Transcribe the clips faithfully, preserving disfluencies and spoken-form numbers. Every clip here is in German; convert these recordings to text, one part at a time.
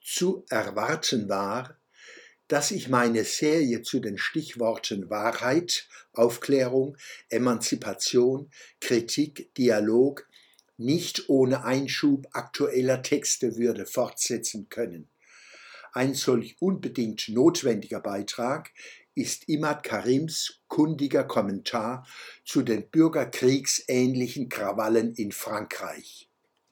Zu erwarten war, dass ich meine Serie zu den Stichworten Wahrheit, Aufklärung, Emanzipation, Kritik, Dialog nicht ohne Einschub aktueller Texte würde fortsetzen können. Ein solch unbedingt notwendiger Beitrag ist Imad Karims kundiger Kommentar zu den bürgerkriegsähnlichen Krawallen in Frankreich.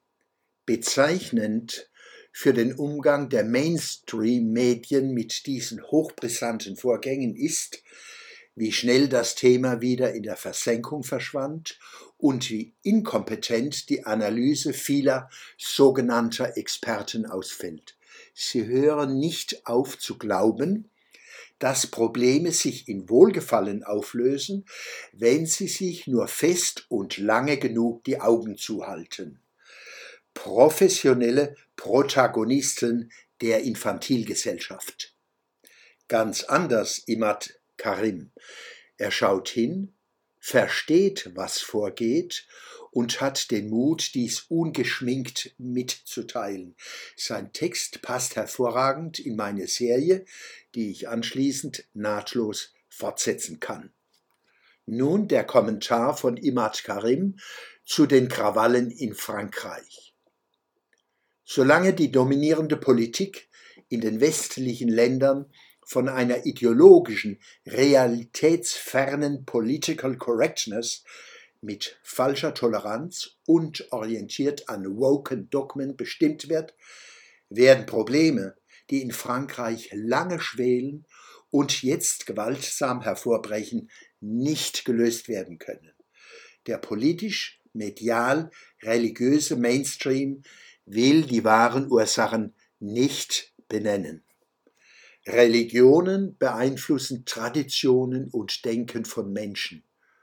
Bezeichnend für den Umgang der Mainstream-Medien mit diesen hochbrisanten Vorgängen ist, wie schnell das Thema wieder in der Versenkung verschwand und wie inkompetent die Analyse vieler sogenannter Experten ausfällt. Sie hören nicht auf zu glauben, dass Probleme sich in Wohlgefallen auflösen, wenn sie sich nur fest und lange genug die Augen zuhalten. Professionelle Protagonisten der Infantilgesellschaft. Ganz anders Imad Karim. Er schaut hin, versteht, was vorgeht und hat den Mut, dies ungeschminkt mitzuteilen. Sein Text passt hervorragend in meine Serie, die ich anschließend nahtlos fortsetzen kann. Nun der Kommentar von Imad Karim zu den Krawallen in Frankreich. Solange die dominierende Politik in den westlichen Ländern von einer ideologischen, realitätsfernen Political Correctness mit falscher Toleranz und orientiert an woken Dogmen bestimmt wird, werden Probleme, die in Frankreich lange schwelen und jetzt gewaltsam hervorbrechen, nicht gelöst werden können. Der politisch, medial, religiöse Mainstream will die wahren Ursachen nicht benennen. Religionen beeinflussen Traditionen und Denken von Menschen.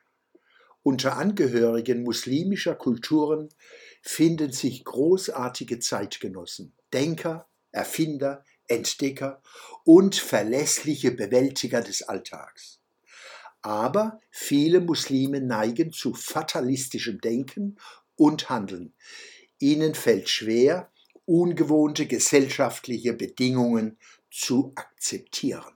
Unter Angehörigen muslimischer Kulturen finden sich großartige Zeitgenossen, Denker, Erfinder, Entdecker und verlässliche Bewältiger des Alltags. Aber viele Muslime neigen zu fatalistischem Denken und Handeln. Ihnen fällt schwer, ungewohnte gesellschaftliche Bedingungen zu akzeptieren.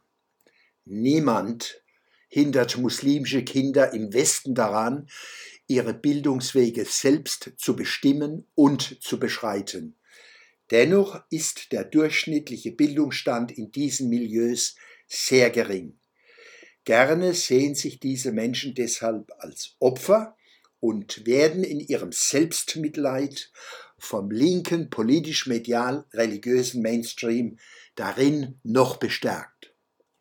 Niemand hindert muslimische Kinder im Westen daran, ihre Bildungswege selbst zu bestimmen und zu beschreiten. Dennoch ist der durchschnittliche Bildungsstand in diesen Milieus sehr gering. Gerne sehen sich diese Menschen deshalb als Opfer und werden in ihrem Selbstmitleid vom linken, politisch-medial-religiösen Mainstream darin noch bestärkt.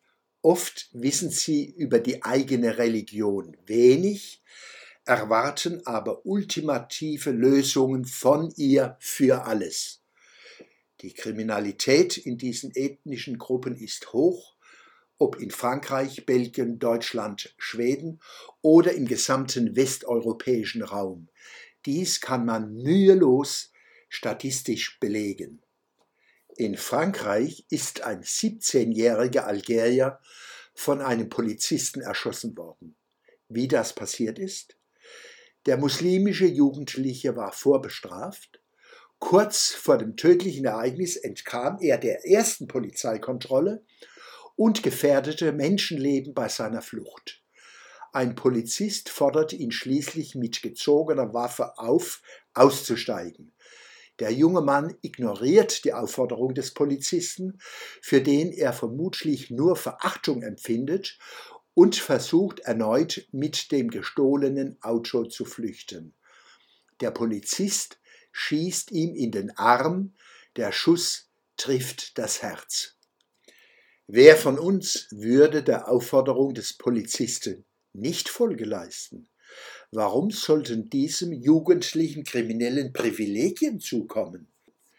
Oft wissen sie über die eigene Religion wenig, erwarten aber ultimative Lösungen von ihr für alles. Die Kriminalität in diesen ethnischen Gruppen ist hoch, ob in Frankreich, Belgien, Deutschland, Schweden oder im gesamten westeuropäischen Raum. Dies kann man mühelos statistisch belegen. In Frankreich ist ein siebzehnjähriger Algerier von einem Polizisten erschossen worden. Wie das passiert ist? Der muslimische Jugendliche war vorbestraft. Kurz vor dem tödlichen Ereignis entkam er der ersten Polizeikontrolle und gefährdete Menschenleben bei seiner Flucht. Ein Polizist forderte ihn schließlich mit gezogener Waffe auf, auszusteigen. Der junge Mann ignoriert die Aufforderung des Polizisten, für den er vermutlich nur Verachtung empfindet, und versucht erneut mit dem gestohlenen Auto zu flüchten. Der Polizist schießt ihm in den Arm, der Schuss trifft das Herz. Wer von uns würde der Aufforderung des Polizisten nicht Folge leisten? Warum sollten diesem jugendlichen Kriminellen Privilegien zukommen?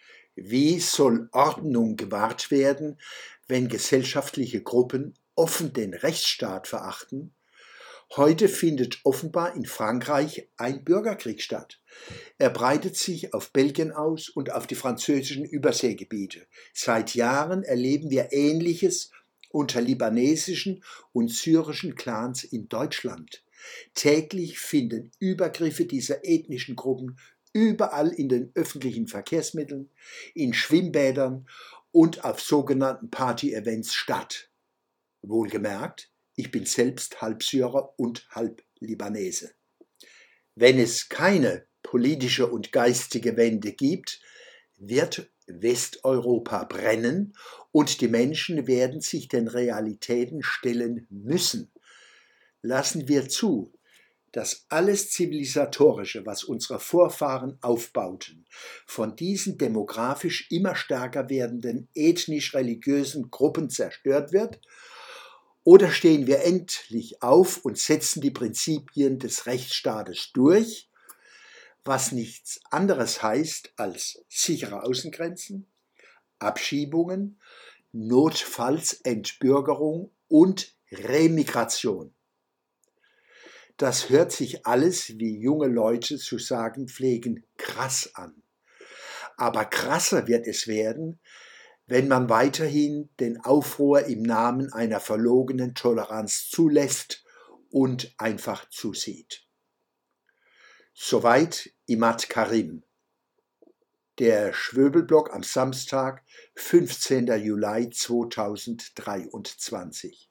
Wie soll Ordnung gewahrt werden, wenn gesellschaftliche Gruppen offen den Rechtsstaat verachten? Heute findet offenbar in Frankreich ein Bürgerkrieg statt. Er breitet sich auf Belgien aus und auf die französischen Überseegebiete. Seit Jahren erleben wir Ähnliches unter libanesischen und syrischen Clans in Deutschland. Täglich finden Übergriffe dieser ethnischen Gruppen überall in den öffentlichen Verkehrsmitteln, in Schwimmbädern und auf sogenannten Party-Events statt. Wohlgemerkt, ich bin selbst Halbsyrer und Halblibanese. Wenn es keine politische und geistige Wende gibt, wird Westeuropa brennen und die Menschen werden sich den Realitäten stellen müssen. Lassen wir zu, dass alles Zivilisatorische, was unsere Vorfahren aufbauten, von diesen demografisch immer stärker werdenden ethnisch-religiösen Gruppen zerstört wird? Oder stehen wir endlich auf und setzen die Prinzipien des Rechtsstaates durch, was nichts anderes heißt als sichere Außengrenzen, Abschiebungen, notfalls Entbürgerung und Remigration? Das hört sich alles, wie junge Leute zu sagen pflegen, krass an. Aber krasser wird es werden, wenn man weiterhin den Aufruhr im Namen einer verlogenen Toleranz zulässt und einfach zusieht. Soweit Imad Karim. Der Schwöbelblog am Samstag, fünfzehnten Juli zweitausenddreiundzwanzig.